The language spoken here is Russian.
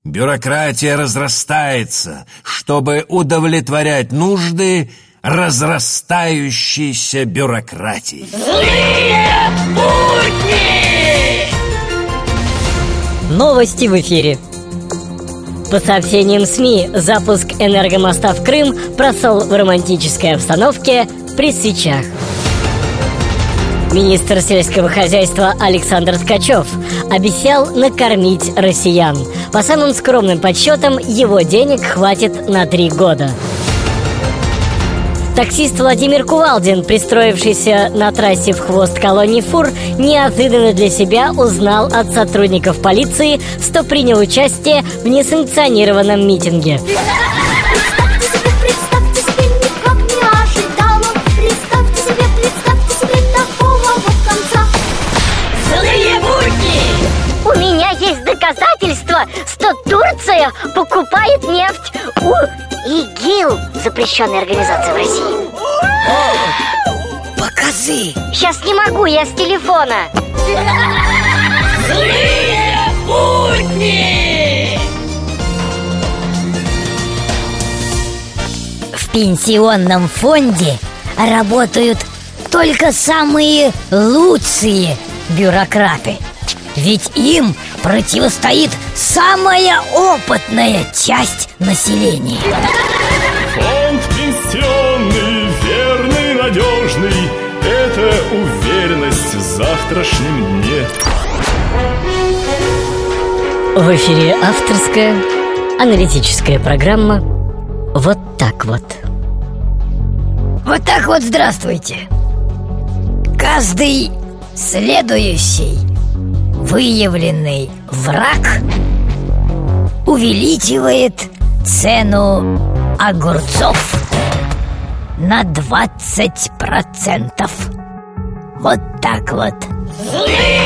Бюрократия разрастается, чтобы удовлетворять нужды разрастающейся бюрократии. Злые будни! Новости в эфире. По сообщениям СМИ, запуск энергомоста в Крым прошел в романтической обстановке при свечах. Министр сельского хозяйства Александр Ткачев обещал накормить россиян. По самым скромным подсчетам, его денег хватит на 3 года. Таксист Владимир Кувалдин, пристроившийся на трассе в хвост колонии фур, неожиданно для себя узнал от сотрудников полиции, что принял участие в несанкционированном митинге. Представьте себе, никак не ожидала. Представьте себе такого вот конца. Злые будни! У меня есть доказательства, что Турция покупает нефть у ИГИЛ, запрещенной организации в России. Покажи! Сейчас не могу, я с телефона. Злые будни! В пенсионном фонде работают только самые лучшие бюрократы. Ведь им противостоит самая опытная часть населения. Фонд пенсионный, верный, надежный. Это уверенность в завтрашнем дне. В эфире авторская аналитическая программа «Вот так вот». Вот так вот здравствуйте. Каждый следующий выявленный враг увеличивает цену огурцов на 20%. Вот так вот. Злые